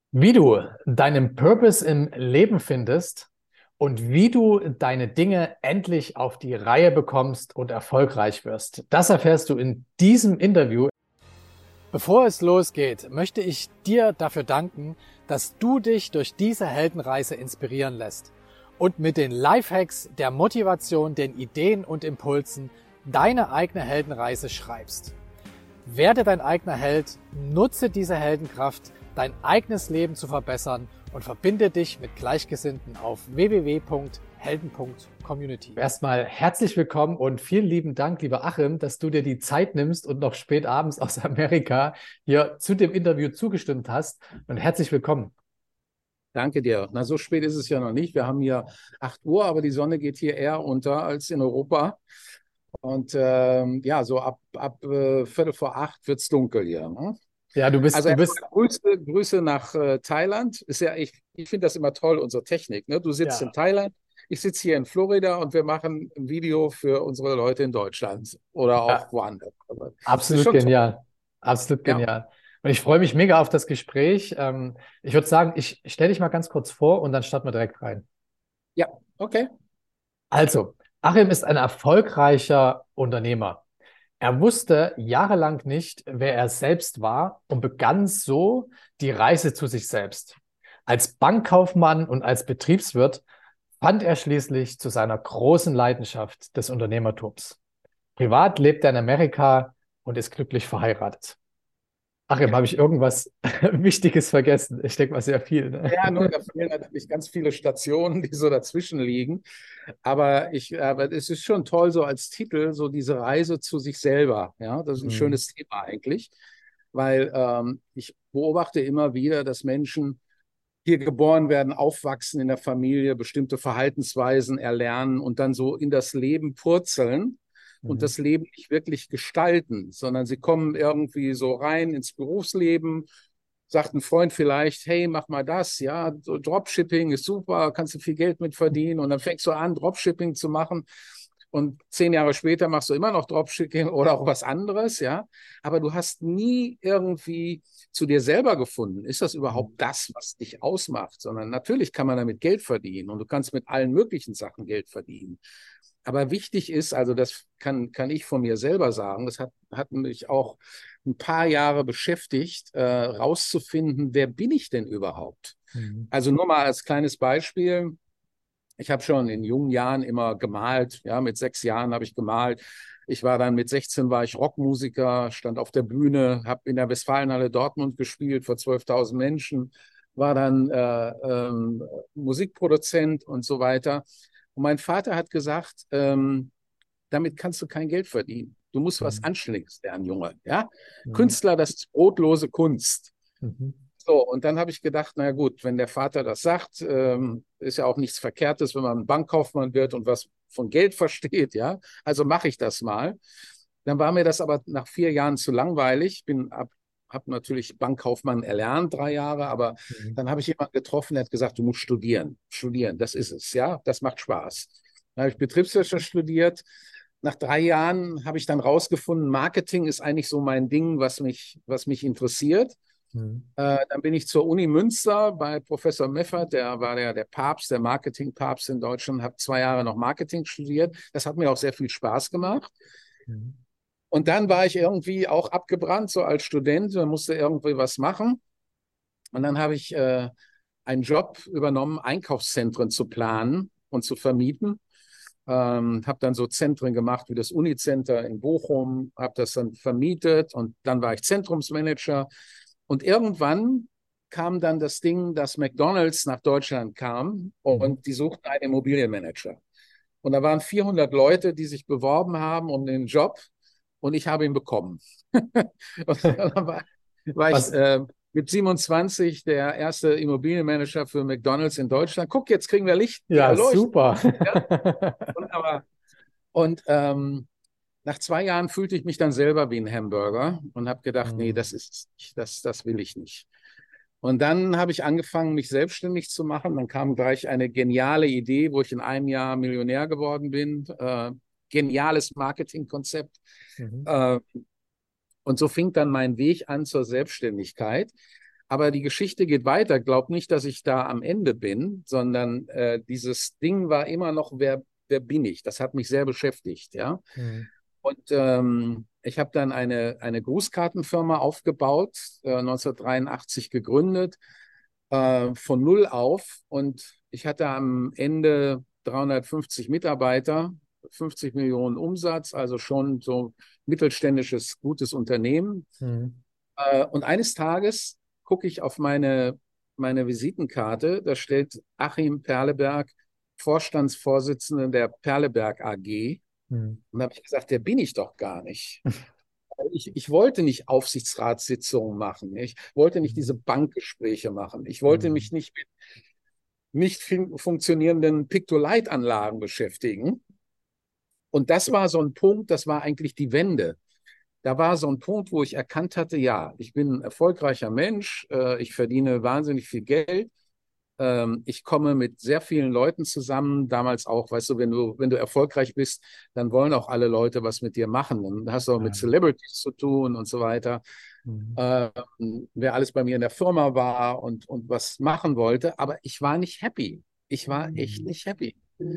Wie du deinen Purpose im Leben findest und wie du deine Dinge endlich auf die Reihe bekommst und erfolgreich wirst, das erfährst du in diesem Interview. Bevor es losgeht, möchte ich dir dafür danken, dass du dich durch diese Heldenreise inspirieren lässt und mit den Lifehacks, der Motivation, den Ideen und Impulsen deine eigene Heldenreise schreibst. Werde dein eigener Held, nutze diese Heldenkraft, dein eigenes Leben zu verbessern und verbinde dich mit Gleichgesinnten auf www.helden.community. Erstmal herzlich willkommen und vielen lieben Dank, lieber Achim, dass du dir die Zeit nimmst und noch spät abends aus Amerika hier zu dem Interview zugestimmt hast. Und herzlich willkommen. Danke dir. Na, so spät ist es ja noch nicht. Wir haben hier 8 Uhr, aber die Sonne geht hier eher unter als in Europa. Und ja, so ab Viertel vor 8 wird es dunkel hier. Ne? Ja, du bist, Also du erstmal bist, Grüße nach Thailand. Ist ja, ich finde das immer toll, unsere Technik. Ne? Du sitzt in ja, Thailand, ich sitze hier in Florida und wir machen ein Video für unsere Leute in Deutschland oder auch ja, woanders. Aber es ist absolut schon toll. genial. Absolut Ja, genial. Und ich freue mich mega auf das Gespräch. Ich würde sagen, ich stelle dich mal ganz kurz vor und dann starten wir direkt rein. ja, okay. Also, Achim ist ein erfolgreicher Unternehmer. Er wusste jahrelang nicht, wer er selbst war und begann so die Reise zu sich selbst. Als Bankkaufmann und als Betriebswirt fand er schließlich zu seiner großen Leidenschaft des Unternehmertums. Privat lebt er in Amerika und ist glücklich verheiratet. Achim, habe ich irgendwas Wichtiges vergessen? Ich denke mal sehr viel. Ne? Ja, nur da fehlen natürlich ganz viele Stationen, die so dazwischen liegen. Aber es ist schon toll, so als Titel, so diese Reise zu sich selber. Ja, das ist ein Hm. schönes Thema eigentlich, weil ich beobachte immer wieder, dass Menschen hier geboren werden, aufwachsen in der Familie, bestimmte Verhaltensweisen erlernen und dann so in das Leben purzeln und Mhm. das Leben nicht wirklich gestalten, sondern sie kommen irgendwie so rein ins Berufsleben, sagt ein Freund vielleicht, hey, mach mal das, ja, so Dropshipping ist super, kannst du viel Geld mit verdienen und dann fängst du an, Dropshipping zu machen und 10 Jahre später machst du immer noch Dropshipping oder auch was anderes, ja, aber du hast nie irgendwie zu dir selber gefunden. Ist das überhaupt das, was dich ausmacht? Sondern natürlich kann man damit Geld verdienen und du kannst mit allen möglichen Sachen Geld verdienen. Aber wichtig ist, also das kann ich von mir selber sagen, hat mich auch ein paar Jahre beschäftigt, rauszufinden, wer bin ich denn überhaupt? Mhm. Also nur mal als kleines Beispiel. Ich habe schon in jungen Jahren immer gemalt. Ja, mit 6 Jahren habe ich gemalt. Ich war dann mit 16 war ich Rockmusiker, stand auf der Bühne, habe in der Westfalenhalle Dortmund gespielt vor 12.000 Menschen, war dann Musikproduzent und so weiter. Und mein Vater hat gesagt, damit kannst du kein Geld verdienen. Du musst was Mhm. Anständiges lernen, Junge. Ja? Mhm. Künstler, das ist brotlose Kunst. Mhm. So, und dann habe ich gedacht, na gut, wenn der Vater das sagt, ist ja auch nichts Verkehrtes, wenn man Bankkaufmann wird und was von Geld versteht, ja. Also mache ich das mal. Dann war mir das aber nach 4 Jahren zu langweilig. Habe natürlich Bankkaufmann erlernt, 3 Jahre, aber Mhm. dann habe ich jemanden getroffen, der hat gesagt, du musst studieren. Studieren, das ist es, ja. Das macht Spaß. Dann habe ich Betriebswirtschaft studiert. Nach 3 Jahren habe ich dann rausgefunden, Marketing ist eigentlich so mein Ding, was mich interessiert. Mhm. Dann bin ich zur Uni Münster bei Professor Meffert, der war der Papst, der Marketingpapst in Deutschland, habe 2 Jahre noch Marketing studiert. Das hat mir auch sehr viel Spaß gemacht. Mhm. Und dann war ich irgendwie auch abgebrannt, so als Student, und musste irgendwie was machen. Und dann habe ich einen Job übernommen, Einkaufszentren zu planen und zu vermieten. Habe dann so Zentren gemacht wie das Unicenter in Bochum, habe das dann vermietet und dann war ich Zentrumsmanager. Und irgendwann kam dann das Ding, dass McDonald's nach Deutschland kam Mhm. und die suchten einen Immobilienmanager. Und da waren 400 Leute, die sich beworben haben um den Job und ich habe ihn bekommen. Und dann war ich Was, mit 27 der erste Immobilienmanager für McDonald's in Deutschland. Guck, jetzt kriegen wir Licht, die ja, erleuchten. super. Ja? Wunderbar. Und nach 2 Jahren fühlte ich mich dann selber wie ein Hamburger und habe gedacht, nee, Mhm. das ist es nicht, das will ich nicht. Und dann habe ich angefangen, mich selbstständig zu machen. Dann kam gleich eine geniale Idee, wo ich in einem Jahr Millionär geworden bin. Geniales Marketingkonzept. Mhm. Äh, und so fing dann mein Weg an zur Selbstständigkeit. Aber die Geschichte geht weiter. Glaub nicht, dass ich da am Ende bin, sondern dieses Ding war immer noch, wer bin ich? Das hat mich sehr beschäftigt, ja. Mhm. Und ich habe dann eine Grußkartenfirma aufgebaut, 1983 gegründet, von null auf. Und ich hatte am Ende 350 Mitarbeiter, 50 Millionen Umsatz, also schon so mittelständisches, gutes Unternehmen. Mhm. Und eines Tages gucke ich auf meine Visitenkarte, da steht Achim Perleberg, Vorstandsvorsitzender der Perleberg AG. Mhm. Und da habe ich gesagt, der bin ich doch gar nicht. Ich wollte nicht Aufsichtsratssitzungen machen. Ich wollte nicht diese Bankgespräche machen. Ich wollte Mhm. mich nicht mit nicht funktionierenden Pictolite-Anlagen beschäftigen. Und das war so ein Punkt, das war eigentlich die Wende. Da war so ein Punkt, wo ich erkannt hatte, ja, ich bin ein erfolgreicher Mensch, ich verdiene wahnsinnig viel Geld, ich komme mit sehr vielen Leuten zusammen, damals auch, weißt du, wenn du erfolgreich bist, dann wollen auch alle Leute was mit dir machen. Dann hast du auch mit Ja. Celebrities zu tun und so weiter. Mhm. Wer alles bei mir in der Firma war und was machen wollte, aber ich war nicht happy. Ich war echt Mhm. nicht happy.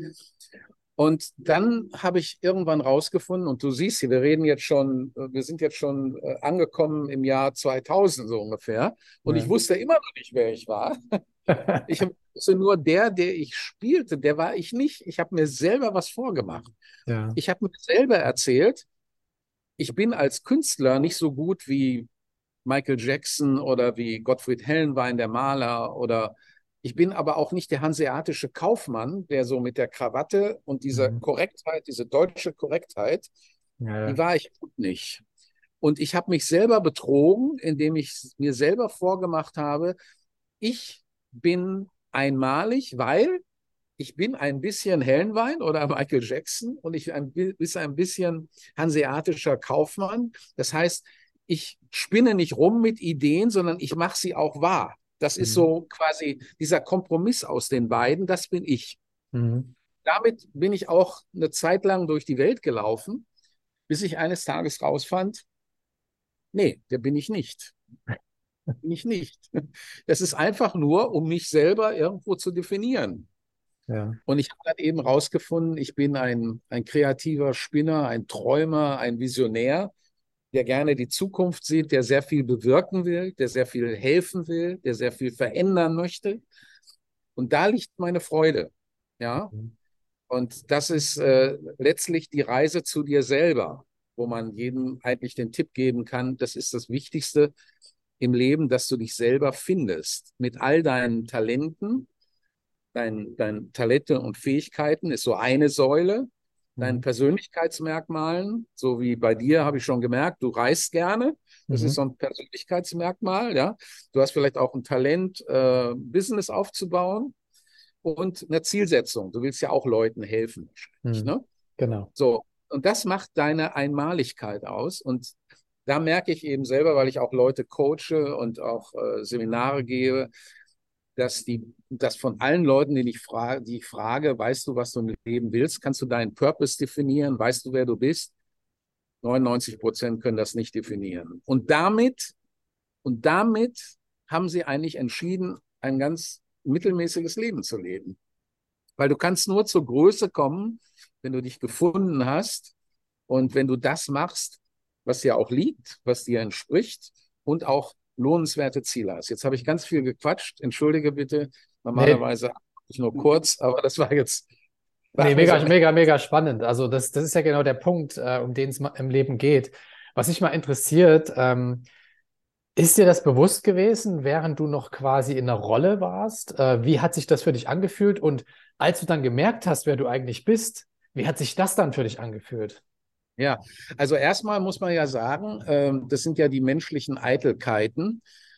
Und dann habe ich irgendwann rausgefunden, und du siehst hier, wir sind jetzt schon angekommen im Jahr 2000 so ungefähr. Und ich Ja. wusste immer noch nicht, wer ich war. Ich wusste nur, der ich spielte, der war ich nicht. Ich habe mir selber was vorgemacht. Ja. Ich habe mir selber erzählt, ich bin als Künstler nicht so gut wie Michael Jackson oder wie Gottfried Hellenwein, der Maler, oder ich bin aber auch nicht der hanseatische Kaufmann, der so mit der Krawatte und dieser Mhm. Korrektheit, diese deutsche Korrektheit, Ja, die ja. war ich nicht. Und ich habe mich selber betrogen, indem ich mir selber vorgemacht habe, ich bin einmalig, weil ich bin ein bisschen Hellenwein oder Michael Jackson und ich bin ein bisschen hanseatischer Kaufmann. Das heißt, ich spinne nicht rum mit Ideen, sondern ich mache sie auch wahr. Das ist Mhm. so quasi dieser Kompromiss aus den beiden, das bin ich. Mhm. Damit bin ich auch eine Zeit lang durch die Welt gelaufen, bis ich eines Tages rausfand, nee, der bin ich nicht. Bin ich nicht. Das ist einfach nur, um mich selber irgendwo zu definieren. Ja. Und ich habe dann eben rausgefunden, ich bin ein kreativer Spinner, ein Träumer, ein Visionär, der gerne die Zukunft sieht, der sehr viel bewirken will, der sehr viel helfen will, der sehr viel verändern möchte. Und da liegt meine Freude. Ja. Mhm. Und das ist letztlich die Reise zu dir selber, wo man jedem eigentlich den Tipp geben kann, das ist das Wichtigste im Leben, dass du dich selber findest. Mit all deinen Talenten, deinen Talente und Fähigkeiten ist so eine Säule, deinen Mhm. Persönlichkeitsmerkmalen, so wie bei dir habe ich schon gemerkt, du reist gerne. Das ist Mhm. so ein Persönlichkeitsmerkmal, ja. Du hast vielleicht auch ein Talent, Business aufzubauen und eine Zielsetzung. Du willst ja auch Leuten helfen, wahrscheinlich, Mhm. ne? Genau. So, und das macht deine Einmaligkeit aus. Und da merke ich eben selber, weil ich auch Leute coache und auch Seminare gebe, dass von allen Leuten, die ich frage, weißt du, was du im Leben willst? Kannst du deinen Purpose definieren? Weißt du, wer du bist? 99% können das nicht definieren. Und damit haben sie eigentlich entschieden, ein ganz mittelmäßiges Leben zu leben. Weil du kannst nur zur Größe kommen, wenn du dich gefunden hast und wenn du das machst, was dir auch liegt, was dir entspricht und auch lohnenswerte Ziele hast. Jetzt habe ich ganz viel gequatscht. Entschuldige bitte. Nee, Normalerweise ich nur kurz, aber das war jetzt, nee, war mir so mega, ein. mega, mega spannend. Also das ist ja genau der Punkt, um den es im Leben geht. Was mich mal interessiert, ist dir das bewusst gewesen, während du noch quasi in der Rolle warst? Wie hat sich das für dich angefühlt? Und als du dann gemerkt hast, wer du eigentlich bist, wie hat sich das dann für dich angefühlt? Ja, also erstmal muss man ja sagen, das sind ja die menschlichen Eitelkeiten.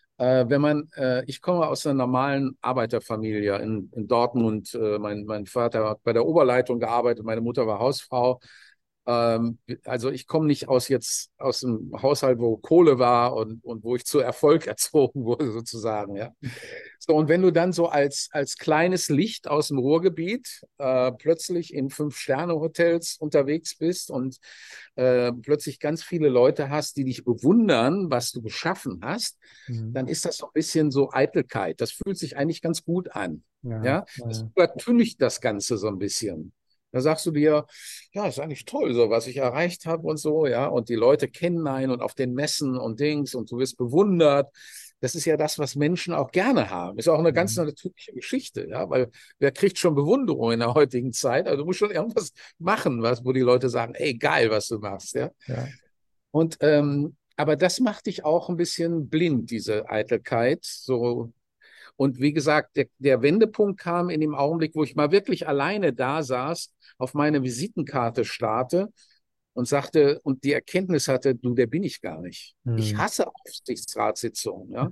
Ich komme aus einer normalen Arbeiterfamilie in Dortmund. Mein Vater hat bei der Oberleitung gearbeitet, meine Mutter war Hausfrau. Also ich komme nicht jetzt aus einem Haushalt, wo Kohle war und wo ich zu Erfolg erzogen wurde, sozusagen, ja. So, und wenn du dann so als kleines Licht aus dem Ruhrgebiet plötzlich in Fünf-Sterne-Hotels unterwegs bist und plötzlich ganz viele Leute hast, die dich bewundern, was du geschaffen hast, Mhm. dann ist das so ein bisschen so Eitelkeit. Das fühlt sich eigentlich ganz gut an. Ja, Ja, das ja. übertüncht das Ganze so ein bisschen. Da sagst du dir, ja, ist eigentlich toll, so was ich erreicht habe und so, ja. Und die Leute kennen einen und auf den Messen und Dings und du wirst bewundert. Das ist ja das, was Menschen auch gerne haben. Ist auch eine ganz Mhm. natürliche Geschichte, ja, weil wer kriegt schon Bewunderung in der heutigen Zeit? Also du musst schon irgendwas machen, wo die Leute sagen, ey, geil, was du machst, ja. Ja. Und aber das macht dich auch ein bisschen blind, diese Eitelkeit. So, und wie gesagt, der Wendepunkt kam in dem Augenblick, wo ich mal wirklich alleine da saß, auf meine Visitenkarte starrte und sagte und die Erkenntnis hatte, du, der bin ich gar nicht. Ich Mhm. hasse Aufsichtsratssitzungen. Ja?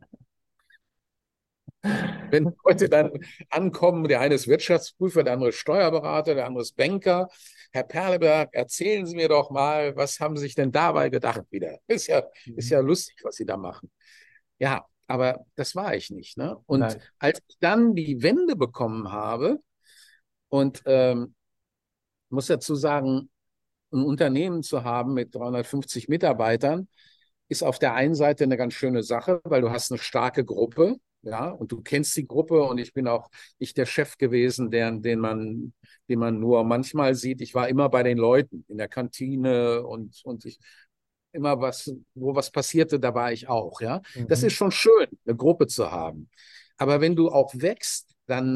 Wenn Leute dann ankommen, der eine ist Wirtschaftsprüfer, der andere ist Steuerberater, der andere ist Banker. Herr Perleberg, erzählen Sie mir doch mal, was haben Sie sich denn dabei gedacht wieder? Ist Mhm. ja lustig, was Sie da machen. Ja, aber das war ich nicht. Ne? Und Nein. als ich dann die Wende bekommen habe und muss dazu sagen, ein Unternehmen zu haben mit 350 Mitarbeitern, ist auf der einen Seite eine ganz schöne Sache, weil du hast eine starke Gruppe, ja, und du kennst die Gruppe und ich bin auch nicht der Chef gewesen, den man nur manchmal sieht. Ich war immer bei den Leuten in der Kantine und ich immer wo was passierte, da war ich auch, ja. Das ist Mhm. schon schön, eine Gruppe zu haben. Aber wenn du auch wächst,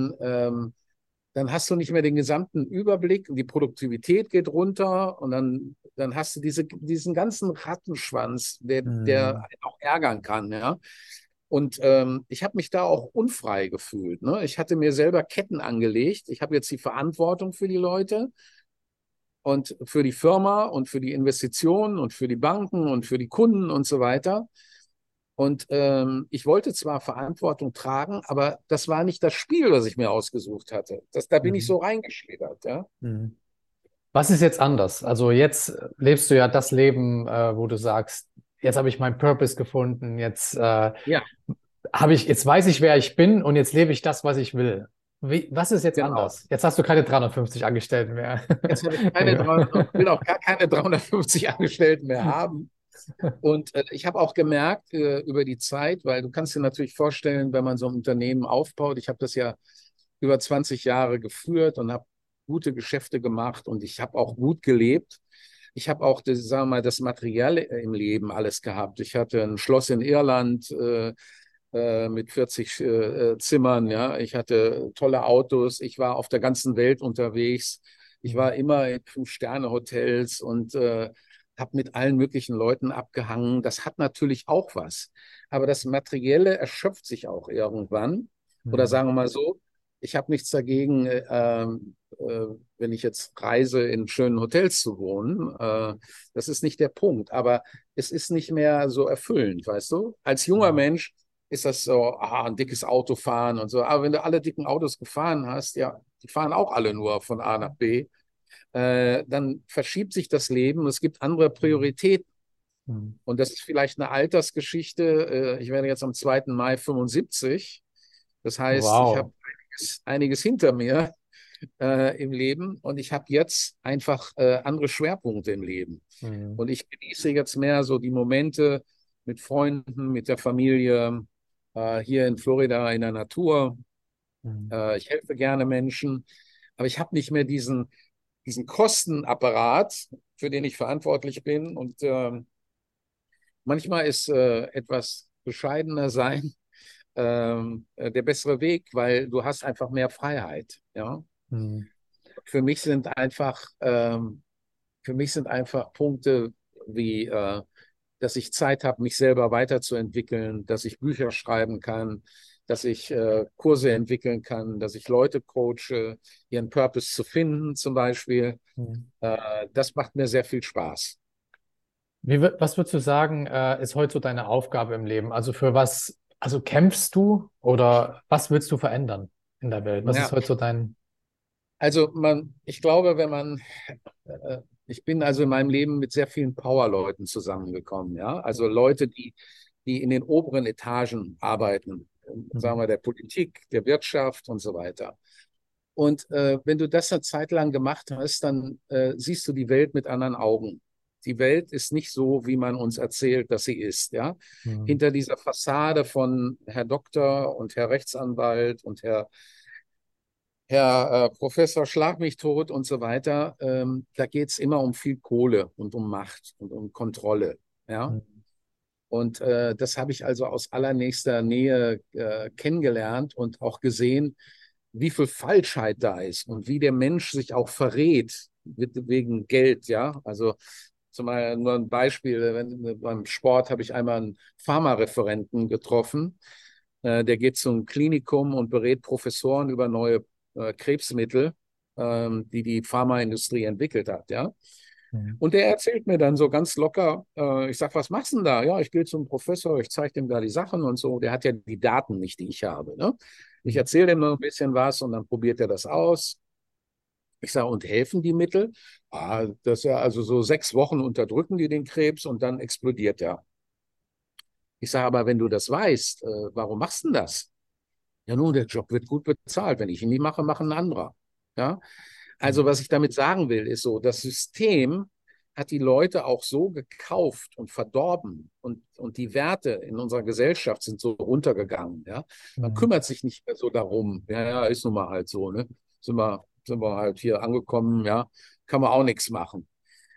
dann hast du nicht mehr den gesamten Überblick und die Produktivität geht runter und dann hast du diesen ganzen Rattenschwanz, der Mhm. einen auch ärgern kann, ja. Und ich habe mich da auch unfrei gefühlt. Ne? Ich hatte mir selber Ketten angelegt. Ich habe jetzt die Verantwortung für die Leute und für die Firma und für die Investitionen und für die Banken und für die Kunden und so weiter. Und ich wollte zwar Verantwortung tragen, aber das war nicht das Spiel, das ich mir ausgesucht hatte. Da bin ich Mhm. so reingeschlittert, ja. Mhm. Was ist jetzt anders? Also jetzt lebst du ja das Leben, wo du sagst, jetzt habe ich meinen Purpose gefunden, Ja, jetzt weiß ich, wer ich bin und jetzt lebe ich das, was ich will. Was ist jetzt genau. anders? Jetzt hast du keine 350 Angestellten mehr. Jetzt habe ich keine 300 und will auch gar keine 350 Angestellten mehr haben. Und ich habe auch gemerkt über die Zeit, weil du kannst dir natürlich vorstellen, wenn man so ein Unternehmen aufbaut, ich habe das ja über 20 Jahre geführt und habe gute Geschäfte gemacht und ich habe auch gut gelebt. Ich habe auch, sagen wir mal, das Materielle im Leben alles gehabt. Ich hatte ein Schloss in Irland mit 40 Zimmern, ja. Ich hatte tolle Autos. Ich war auf der ganzen Welt unterwegs. Ich war immer in Fünf-Sterne-Hotels und habe mit allen möglichen Leuten abgehangen. Das hat natürlich auch was. Aber das Materielle erschöpft sich auch irgendwann. Oder Mhm. sagen wir mal so, ich habe nichts dagegen, wenn ich jetzt reise, in schönen Hotels zu wohnen. Das ist nicht der Punkt. Aber es ist nicht mehr so erfüllend, weißt du? Als junger Mhm. Mensch ist das so, ein dickes Auto fahren und so. Aber wenn du alle dicken Autos gefahren hast, ja, die fahren auch alle nur von A nach B, dann verschiebt sich das Leben und es gibt andere Prioritäten. Mhm. Und das ist vielleicht eine Altersgeschichte. Ich werde jetzt am 2. Mai 75. Das heißt, ich habe Wow. einiges hinter mir im Leben und ich habe jetzt einfach andere Schwerpunkte im Leben. Mhm. Und ich genieße jetzt mehr so die Momente mit Freunden, mit der Familie, hier in Florida in der Natur. Mhm. Ich helfe gerne Menschen, aber ich habe nicht mehr diesen Kostenapparat, für den ich verantwortlich bin. Und manchmal ist etwas bescheidener sein der bessere Weg, weil du hast einfach mehr Freiheit. Ja? Mhm. Für mich sind einfach, für mich sind einfach Punkte wie, dass ich Zeit habe, mich selber weiterzuentwickeln, dass ich Bücher schreiben kann, dass ich Kurse entwickeln kann, dass ich Leute coache, ihren Purpose zu finden zum Beispiel. Mhm. Das macht mir sehr viel Spaß. Was würdest du sagen, ist heute so deine Aufgabe im Leben? Also für was, also kämpfst du oder was willst du verändern in der Welt? Was ist Ja, heute so dein... also ich glaube, wenn man Ich bin also in meinem Leben mit sehr vielen Powerleuten zusammengekommen, ja. Also Leute, die in den oberen Etagen arbeiten, sagen wir, der Politik, der Wirtschaft und so weiter. Und wenn du das eine Zeit lang gemacht hast, dann siehst du die Welt mit anderen Augen. Die Welt ist nicht so, wie man uns erzählt, dass sie ist, ja. Mhm. Hinter dieser Fassade von Herr Doktor und Herr Rechtsanwalt und Herr Professor Schlag mich tot und so weiter, da geht es immer um viel Kohle und um Macht und um Kontrolle, ja. Mhm. Und das habe ich also aus allernächster Nähe kennengelernt und auch gesehen, wie viel Falschheit da ist und wie der Mensch sich auch verrät wegen Geld, ja. Also zum Beispiel nur ein Beispiel, beim Sport habe ich einmal einen Pharmareferenten getroffen, der geht zum Klinikum und berät Professoren über neue Krebsmittel, die die Pharmaindustrie entwickelt hat, ja. Mhm. Und der erzählt mir dann so ganz locker, ich sag, was machst du denn da? Ja, ich gehe zum Professor, ich zeige dem da die Sachen und so. Der hat ja die Daten nicht, die ich habe. Ne? Ich Mhm. erzähle dem noch ein bisschen was und dann probiert er das aus. Ich sage, und helfen die Mittel? Ah, das ist ja also so 6 Wochen unterdrücken die den Krebs und dann explodiert er. Ich sage, aber wenn du das weißt, warum machst du denn das? Ja, nun, der Job wird gut bezahlt. Wenn ich ihn nicht mache, macht ein anderer. Ja, also was ich damit sagen will, ist so, das System hat die Leute auch so gekauft und verdorben und die Werte in unserer Gesellschaft sind so runtergegangen. Ja? Man Mhm. kümmert sich nicht mehr so darum. Ja, ja, ist nun mal halt so. Ne? Sind wir halt hier angekommen, ja, kann man auch nichts machen.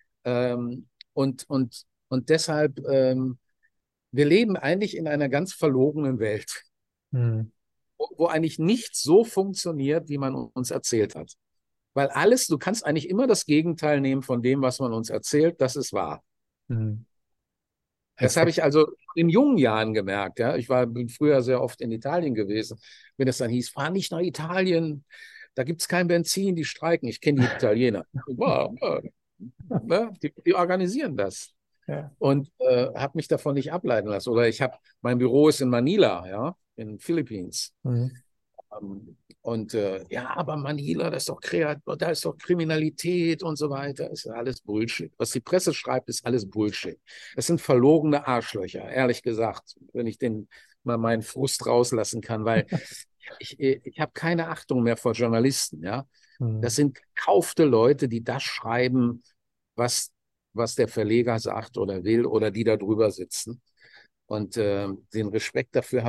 Und deshalb, wir leben eigentlich in einer ganz verlogenen Welt, Mhm. wo eigentlich nichts so funktioniert, wie man uns erzählt hat. Weil alles, du kannst eigentlich immer das Gegenteil nehmen von dem, was man uns erzählt, das ist wahr. Mhm. Das habe ich also in jungen Jahren gemerkt. Ja. Bin früher sehr oft in Italien gewesen. Wenn es dann hieß, fahr nicht nach Italien, da gibt es kein Benzin, die streiken. Ich kenne die Italiener. Ja, ja, ne, die organisieren das. Ja. Und habe mich davon nicht ableiten lassen. Oder mein Büro ist in Manila, ja, in den Philippines. Mhm. Und ja, aber Manila, das ist doch da ist doch Kriminalität und so weiter. Das ist alles Bullshit. Was die Presse schreibt, ist alles Bullshit. Das sind verlogene Arschlöcher, ehrlich gesagt, wenn ich den mal meinen Frust rauslassen kann, weil ich habe keine Achtung mehr vor Journalisten, ja. Das Mhm. sind gekaufte Leute, die das schreiben, was, was der Verleger sagt oder will oder die da drüber sitzen. Und den Respekt dafür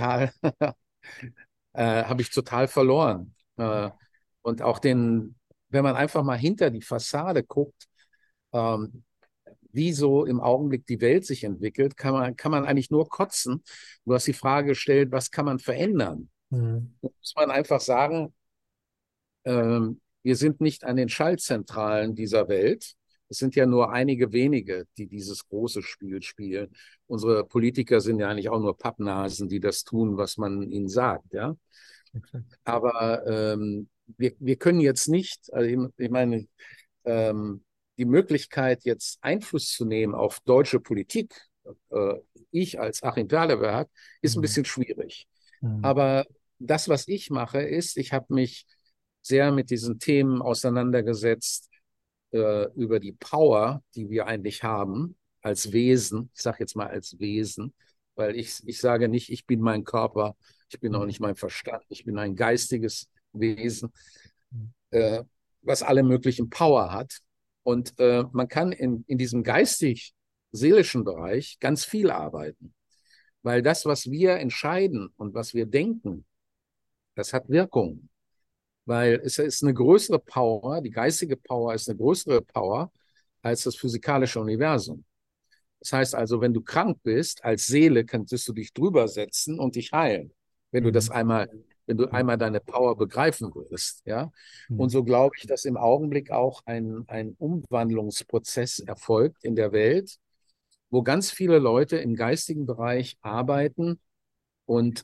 habe ich total verloren. Und auch wenn man einfach mal hinter die Fassade guckt, ähm, wie so im Augenblick die Welt sich entwickelt, kann man eigentlich nur kotzen. Du hast die Frage gestellt, was kann man verändern? Mhm. Da muss man einfach sagen, wir sind nicht an den Schaltzentralen dieser Welt. Es sind ja nur einige wenige, die dieses große Spiel spielen. Unsere Politiker sind ja eigentlich auch nur Pappnasen, die das tun, was man ihnen sagt, ja. Exakt. Aber wir können jetzt nicht, also ich meine, ähm, die Möglichkeit, jetzt Einfluss zu nehmen auf deutsche Politik, äh, ich als Achim Perleberg, ist ein Mhm. bisschen schwierig. Mhm. Aber das, was ich mache, ist, ich habe mich sehr mit diesen Themen auseinandergesetzt, über die Power, die wir eigentlich haben als Wesen. Ich sage jetzt mal als Wesen, weil ich sage nicht, ich bin mein Körper, ich bin auch nicht mein Verstand, ich bin ein geistiges Wesen, Mhm. äh, was alle möglichen Power hat. Und man kann in diesem geistig-seelischen Bereich ganz viel arbeiten, weil das, was wir entscheiden und was wir denken, das hat Wirkung. Weil es ist eine größere Power, die geistige Power ist eine größere Power als das physikalische Universum. Das heißt also, wenn du krank bist, als Seele könntest du dich drüber setzen und dich heilen, wenn du Mhm. wenn du einmal deine Power begreifen würdest, ja. Und Mhm. so glaube ich, dass im Augenblick auch ein Umwandlungsprozess erfolgt in der Welt, wo ganz viele Leute im geistigen Bereich arbeiten und,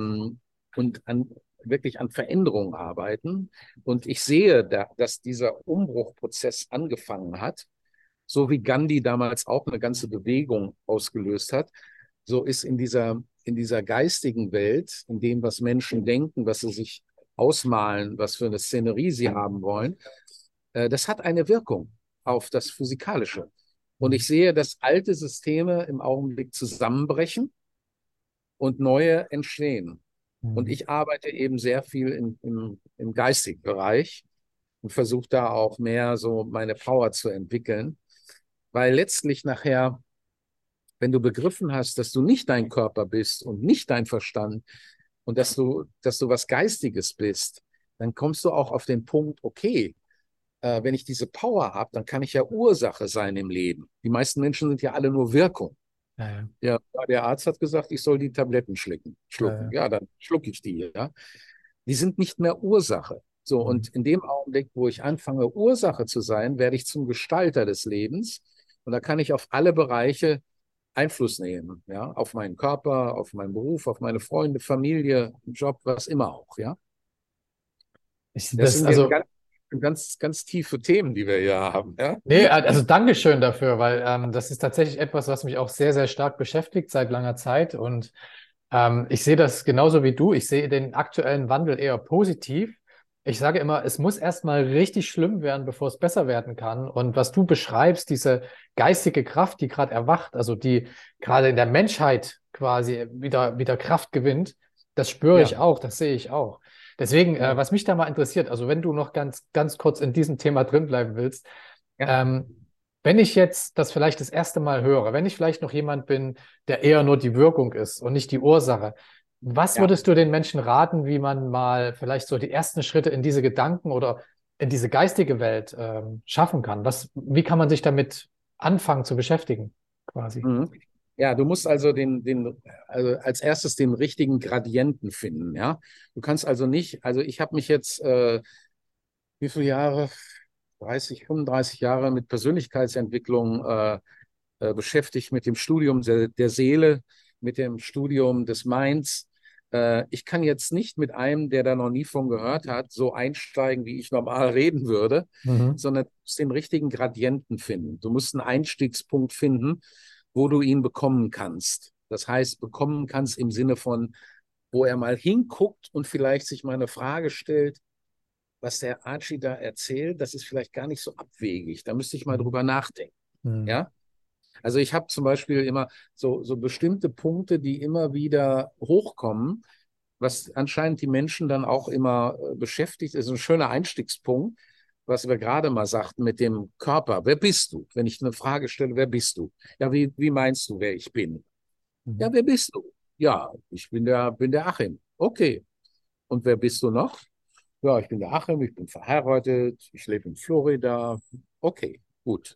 wirklich an Veränderungen arbeiten. Und ich sehe, dass dieser Umbruchprozess angefangen hat, so wie Gandhi damals auch eine ganze Bewegung ausgelöst hat. So ist in dieser geistigen Welt, in dem, was Menschen denken, was sie sich ausmalen, was für eine Szenerie sie haben wollen, das hat eine Wirkung. auf das Physikalische. Und ich sehe, dass alte Systeme im Augenblick zusammenbrechen und neue entstehen. Und Mhm. ich arbeite eben sehr viel im geistigen Bereich und versuche da auch mehr so meine Power zu entwickeln, weil letztlich nachher, wenn du begriffen hast, dass du nicht dein Körper bist und nicht dein Verstand und dass du was Geistiges bist, dann kommst du auch auf den Punkt, okay, wenn ich diese Power habe, dann kann ich ja Ursache sein im Leben. Die meisten Menschen sind ja alle nur Wirkung. Ja, ja, Ja, der Arzt hat gesagt, ich soll die Tabletten ja, schlucken. ja. Ja, dann schlucke ich die, ja. Die sind nicht mehr Ursache. So, Mhm. und in dem Augenblick, wo ich anfange, Ursache zu sein, werde ich zum Gestalter des Lebens. Und da kann ich auf alle Bereiche Einfluss nehmen, ja, auf meinen Körper, auf meinen Beruf, auf meine Freunde, Familie, Job, was immer auch, ja. Das sind jetzt Also, ganz tiefe Themen, die wir hier haben, ja. nee, also Dankeschön dafür, weil das ist tatsächlich etwas, was mich auch sehr, sehr stark beschäftigt seit langer Zeit. Und ich sehe das genauso wie du. Ich sehe den aktuellen Wandel eher positiv. Ich sage immer, es muss erstmal richtig schlimm werden, bevor es besser werden kann. Und was du beschreibst, diese geistige Kraft, die gerade erwacht, also die gerade in der Menschheit quasi wieder Kraft gewinnt, das spüre ich Ja, auch, das sehe ich auch. Deswegen, ja, was mich da mal interessiert, also wenn du noch ganz kurz in diesem Thema drin bleiben willst, ja, ähm, wenn ich jetzt das vielleicht das erste Mal höre, wenn ich vielleicht noch jemand bin, der eher nur die Wirkung ist und nicht die Ursache, was ja. würdest du den Menschen raten, wie man mal vielleicht so die ersten Schritte in diese Gedanken oder in diese geistige Welt schaffen kann? Wie kann man sich damit anfangen zu beschäftigen, quasi? Mhm. Ja, du musst also also als erstes den richtigen Gradienten finden, ja. Du kannst also nicht, also ich habe mich jetzt, wie viele Jahre? 30, 35 Jahre mit Persönlichkeitsentwicklung beschäftigt, mit dem Studium der Seele, mit dem Studium des Minds. Ich kann jetzt nicht mit einem, der da noch nie von gehört hat, so einsteigen, wie ich normal reden würde, Mhm. sondern du musst den richtigen Gradienten finden. Du musst einen Einstiegspunkt finden, wo du ihn bekommen kannst. Das heißt, bekommen kannst im Sinne von, wo er mal hinguckt und vielleicht sich mal eine Frage stellt, was der Archie da erzählt, das ist vielleicht gar nicht so abwegig. Da müsste ich mal Mhm. drüber nachdenken. Mhm. Ja? Also ich habe zum Beispiel immer so bestimmte Punkte, die immer wieder hochkommen, was anscheinend die Menschen dann auch immer beschäftigt, ist ein schöner Einstiegspunkt, was wir gerade mal sagten mit dem Körper. Wer bist du? Wenn ich eine Frage stelle, wer bist du? Ja, wie meinst du, wer ich bin? Ja, Mhm. wer bist du? Ja, ich bin der Achim. Okay. Und wer bist du noch? Ja, ich bin der Achim, ich bin verheiratet, ich lebe in Florida. Okay, gut.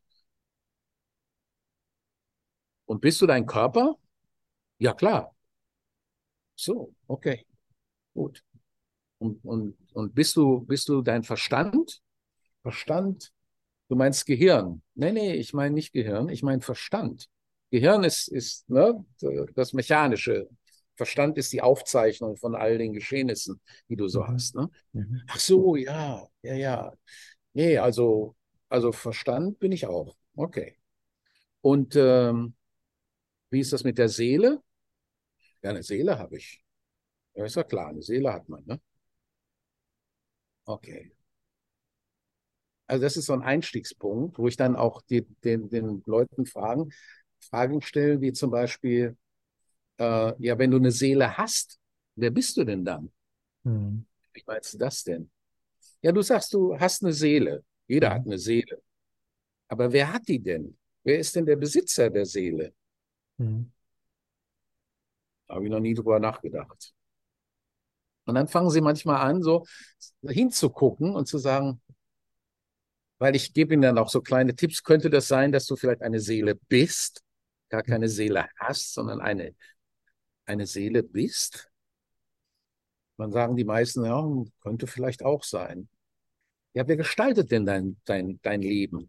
Und bist du dein Körper? Ja, klar. So, okay, gut. Und bist du dein Verstand? Verstand? Du meinst Gehirn? Nee, ich meine nicht Gehirn, ich meine Verstand. Gehirn ist ne, das Mechanische. Verstand ist die Aufzeichnung von all den Geschehnissen, die du so Mhm. hast. Ne? Mhm. Ach so, ja, ja, ja. Nee, also Verstand bin ich auch. Okay. Und wie ist das mit der Seele? Ja, eine Seele habe ich. Ja, ist ja klar, eine Seele hat man, ne? Okay. Also das ist so ein Einstiegspunkt, wo ich dann auch den Leuten Fragen stelle, wie zum Beispiel, ja, wenn du eine Seele hast, wer bist du denn dann? Mhm. Wie meinst du das denn? Ja, du sagst, du hast eine Seele. Jeder hat Mhm. eine Seele. Aber wer hat die denn? Wer ist denn der Besitzer der Seele? Mhm. Da habe ich noch nie drüber nachgedacht. Und dann fangen sie manchmal an, so hinzugucken und zu sagen, weil ich gebe ihnen dann auch so kleine Tipps, könnte das sein, dass du vielleicht eine Seele bist, gar keine Mhm. Seele hast, sondern eine Seele bist? Dann sagen die meisten, ja, könnte vielleicht auch sein. Ja, wer gestaltet denn dein Leben?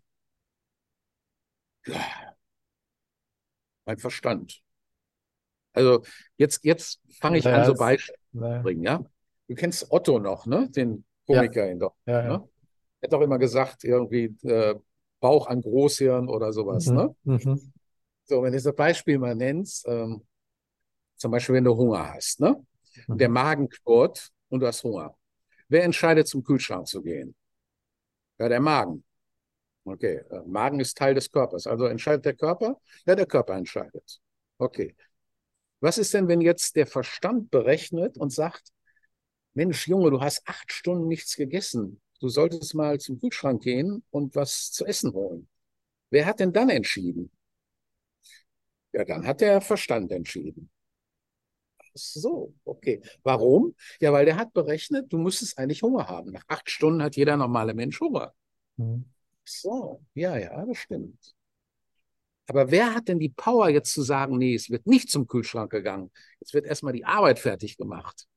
Ja, mein Verstand. Also jetzt fange ich an, Ja, so Beispiele zu ja, bringen, ja? Du kennst Otto noch, ne? Den ja, Komiker in Deutschland, ja, ne? ja. Er hat doch immer gesagt, irgendwie Bauch an Großhirn oder sowas, Mhm. ne? Mhm. So, wenn du das Beispiel mal nennst, zum Beispiel, wenn du Hunger hast, ne? Und der Mhm. Magen knurrt und du hast Hunger. Wer entscheidet, zum Kühlschrank zu gehen? Ja, der Magen. Okay, Magen ist Teil des Körpers. Also entscheidet der Körper? Ja, der Körper entscheidet. Okay. Was ist denn, wenn jetzt der Verstand berechnet und sagt, Mensch, Junge, du hast 8 Stunden nichts gegessen. Du solltest mal zum Kühlschrank gehen und was zu essen holen. Wer hat denn dann entschieden? Ja, dann hat der Verstand entschieden. Ach so, okay. Warum? Ja, weil der hat berechnet, du müsstest eigentlich Hunger haben. Nach 8 Stunden hat jeder normale Mensch Hunger. Mhm. Ach so, ja, ja, das stimmt. Aber wer hat denn die Power jetzt zu sagen, nee, es wird nicht zum Kühlschrank gegangen. Jetzt wird erstmal die Arbeit fertig gemacht.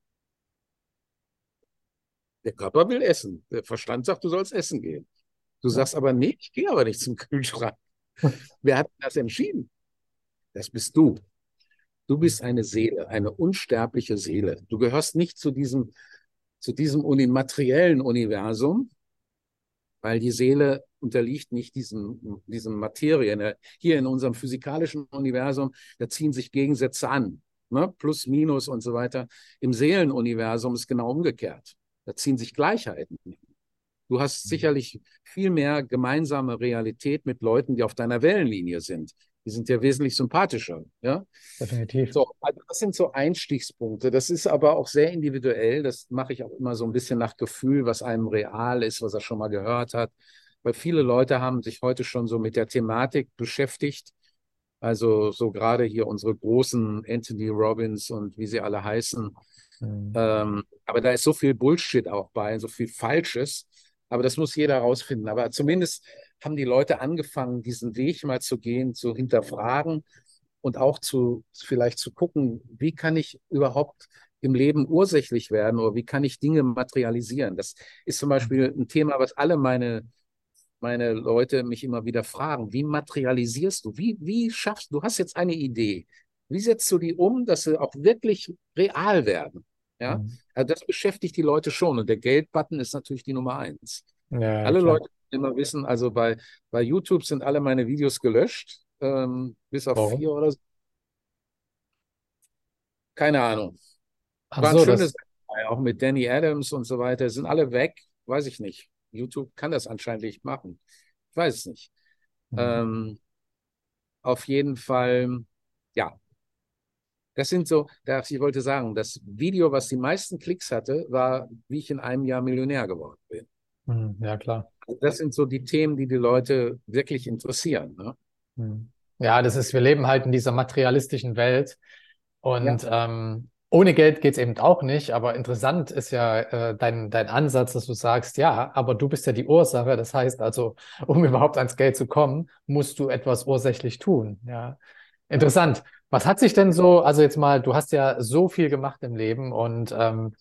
Der Körper will essen. Der Verstand sagt, du sollst essen gehen. Du Ja. sagst aber, nee, ich gehe aber nicht zum Kühlschrank. Wer hat das entschieden? Das bist du. Du bist eine Seele, eine unsterbliche Seele. Du gehörst nicht zu diesem materiellen Universum, weil die Seele unterliegt nicht diesem Materie. Hier in unserem physikalischen Universum, da ziehen sich Gegensätze an, ne? Plus, Minus und so weiter. Im Seelenuniversum ist genau umgekehrt. Da ziehen sich Gleichheiten. Du hast sicherlich viel mehr gemeinsame Realität mit Leuten, die auf deiner Wellenlinie sind. Die sind ja wesentlich sympathischer, ja? Definitiv. So, also das sind so Einstiegspunkte. Das ist aber auch sehr individuell. Das mache ich auch immer so ein bisschen nach Gefühl, was einem real ist, was er schon mal gehört hat. Weil viele Leute haben sich heute schon so mit der Thematik beschäftigt. Also so gerade hier unsere großen Anthony Robbins und wie sie alle heißen. Mhm. Aber da ist so viel Bullshit auch bei, so viel Falsches. Aber das muss jeder rausfinden. Aber zumindest haben die Leute angefangen, diesen Weg mal zu gehen, zu hinterfragen und auch vielleicht zu gucken, wie kann ich überhaupt im Leben ursächlich werden oder wie kann ich Dinge materialisieren. Das ist zum Beispiel ein Thema, was alle meine Leute mich immer wieder fragen. Wie materialisierst du? Wie schaffst du? Du hast jetzt eine Idee. Wie setzt du die um, dass sie auch wirklich real werden? Ja, Mhm. also das beschäftigt die Leute schon. Und der Geldbutton ist natürlich die Nummer eins. Ja, Alle klar. Leute immer wissen, also bei YouTube sind alle meine Videos gelöscht, bis auf Warum? 4 oder so. Keine Ahnung. Ach Waren so, schöne das. Sachen, auch mit Danny Adams und so weiter, sind alle weg. Weiß ich nicht. YouTube kann das anscheinend nicht machen. Ich weiß es nicht. Mhm. Ähm, auf jeden Fall, ja, das sind so, ich wollte sagen, das Video, was die meisten Klicks hatte, war, wie ich in einem Jahr Millionär geworden bin. Mhm. Ja, klar. Das sind so die Themen, die die Leute wirklich interessieren. Ne? Mhm. Ja, das ist, wir leben halt in dieser materialistischen Welt Ja, und ohne Geld geht's eben auch nicht. Aber interessant ist ja dein Ansatz, dass du sagst, ja, aber du bist ja die Ursache. Das heißt also, um überhaupt ans Geld zu kommen, musst du etwas ursächlich tun. Ja, ja. interessant. Was hat sich denn so, also jetzt mal, du hast ja so viel gemacht im Leben und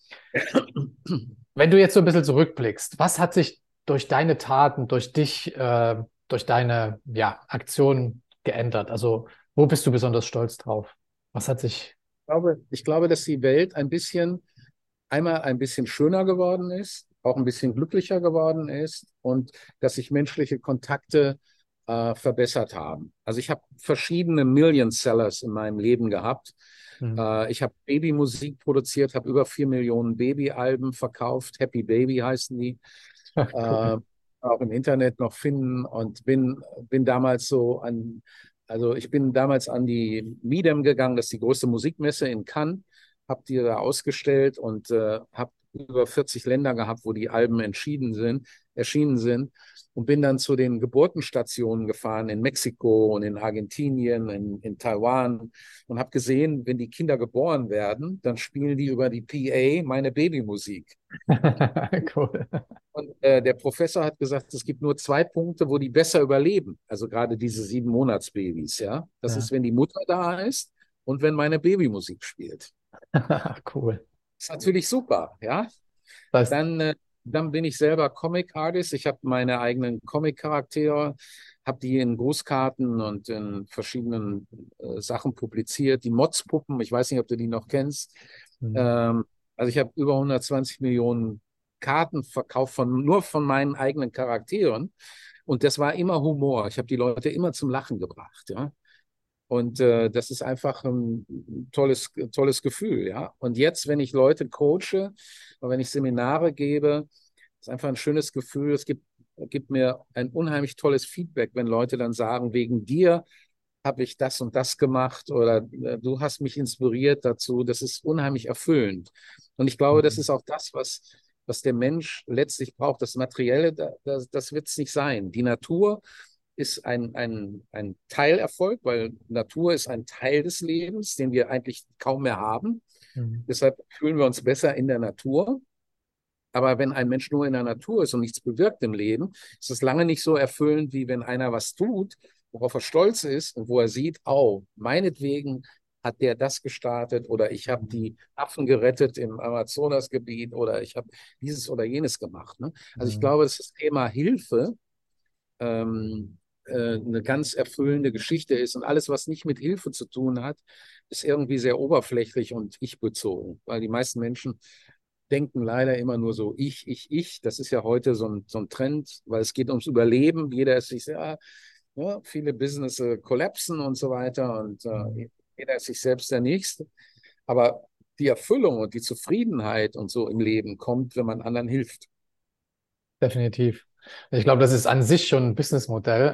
wenn du jetzt so ein bisschen zurückblickst, was hat sich durch deine Taten, durch dich, durch deine ja, Aktionen geändert? Also, wo bist du besonders stolz drauf? Was hat sich. Ich glaube, dass die Welt einmal ein bisschen schöner geworden ist, auch ein bisschen glücklicher geworden ist und dass sich menschliche Kontakte verbessert haben. Also ich habe verschiedene Million Sellers in meinem Leben gehabt. Hm. Ich habe Babymusik produziert, habe über 4 Millionen Babyalben verkauft. Happy Baby heißen die. Cool. Auch im Internet noch finden und bin damals also ich bin damals an die MIDEM gegangen, das ist die größte Musikmesse in Cannes, habe die da ausgestellt und habe über 40 Länder gehabt, wo die Alben erschienen sind und bin dann zu den Geburtenstationen gefahren in Mexiko und in Argentinien, in Taiwan und habe gesehen, wenn die Kinder geboren werden, dann spielen die über die PA meine Babymusik. Cool. Und der Professor hat gesagt, es gibt nur 2 Punkte, wo die besser überleben. Also gerade diese 7-Monats-Babys, ja. Das Ja. ist, wenn die Mutter da ist und wenn meine Babymusik spielt. Cool. Das ist natürlich super, ja. Das heißt, Dann bin ich selber Comic Artist. Ich habe meine eigenen Comic-Charaktere, habe die in Grußkarten und in verschiedenen Sachen publiziert. Die Motzpuppen, ich weiß nicht, ob du die noch kennst. hm. Ähm, also ich habe über 120 Millionen Karten verkauft nur von meinen eigenen Charakteren. Und das war immer Humor. Ich habe die Leute immer zum Lachen gebracht, ja. Und das ist einfach ein tolles Gefühl, ja. Und jetzt, wenn ich Leute coache, oder wenn ich Seminare gebe, ist einfach ein schönes Gefühl. Es gibt gibt mir ein unheimlich tolles Feedback, wenn Leute dann sagen, wegen dir habe ich das und das gemacht oder du hast mich inspiriert dazu. Das ist unheimlich erfüllend. Und ich glaube, das ist auch das, was der Mensch letztlich braucht. Das Materielle, das wird es nicht sein. Die Natur ist ein Teilerfolg, weil Natur ist ein Teil des Lebens, den wir eigentlich kaum mehr haben. Mhm. Deshalb fühlen wir uns besser in der Natur. Aber wenn ein Mensch nur in der Natur ist und nichts bewirkt im Leben, ist es lange nicht so erfüllend, wie wenn einer was tut, worauf er stolz ist und wo er sieht, oh, meinetwegen hat der das gestartet oder ich habe die Affen gerettet im Amazonasgebiet oder ich habe dieses oder jenes gemacht. Ne? Also ich Mhm. glaube, dass das Thema Hilfe ähm, eine ganz erfüllende Geschichte ist und alles, was nicht mit Hilfe zu tun hat, ist irgendwie sehr oberflächlich und ich-bezogen, weil die meisten Menschen denken leider immer nur so ich. Das ist ja heute so ein Trend, weil es geht ums Überleben. Jeder ist sich sehr, ja, viele Business kollapsen und so weiter und Mhm. jeder ist sich selbst der Nächste. Aber die Erfüllung und die Zufriedenheit und so im Leben kommt, wenn man anderen hilft. Definitiv. Ich glaube, das ist an sich schon ein Businessmodell,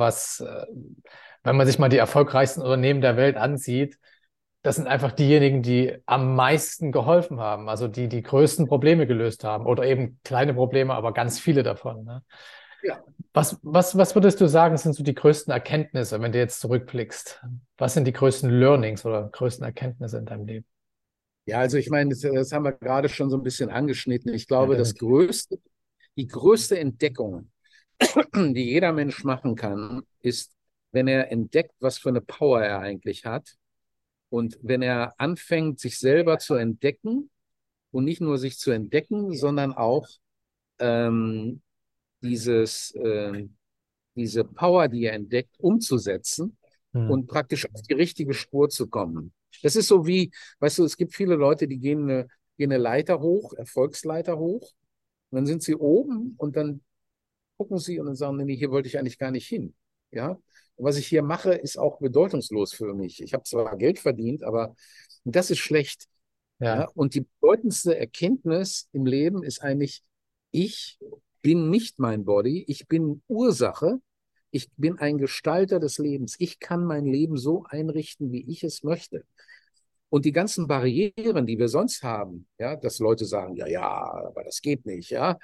wenn man sich mal die erfolgreichsten Unternehmen der Welt ansieht, das sind einfach diejenigen, die am meisten geholfen haben, also die die größten Probleme gelöst haben oder eben kleine Probleme, aber ganz viele davon. Ne? Ja. Was würdest du sagen, sind so die größten Erkenntnisse, wenn du jetzt zurückblickst? Was sind die größten Learnings oder größten Erkenntnisse in deinem Leben? Ja, also ich meine, das haben wir gerade schon so ein bisschen angeschnitten. Ich Ja, glaube, definitiv. die größte Entdeckung, die jeder Mensch machen kann, ist, wenn er entdeckt, was für eine Power er eigentlich hat und wenn er anfängt, sich selber zu entdecken und nicht nur sich zu entdecken, sondern auch ähm, dieses, diese Power, die er entdeckt, umzusetzen Hm. und praktisch auf die richtige Spur zu kommen. Das ist so wie, weißt du, es gibt viele Leute, die gehen eine Leiter hoch, Erfolgsleiter hoch, und dann sind sie oben und dann gucken sie und dann sagen, nee, hier wollte ich eigentlich gar nicht hin. Ja, und was ich hier mache, ist auch bedeutungslos für mich. Ich habe zwar Geld verdient, aber das ist schlecht. Ja, Ja, und die bedeutendste Erkenntnis im Leben ist eigentlich, ich bin nicht mein Body, ich bin Ursache, ich bin ein Gestalter des Lebens. Ich kann mein Leben so einrichten, wie ich es möchte. Und die ganzen Barrieren, die wir sonst haben, ja, dass Leute sagen, ja, ja, aber das geht nicht, ja,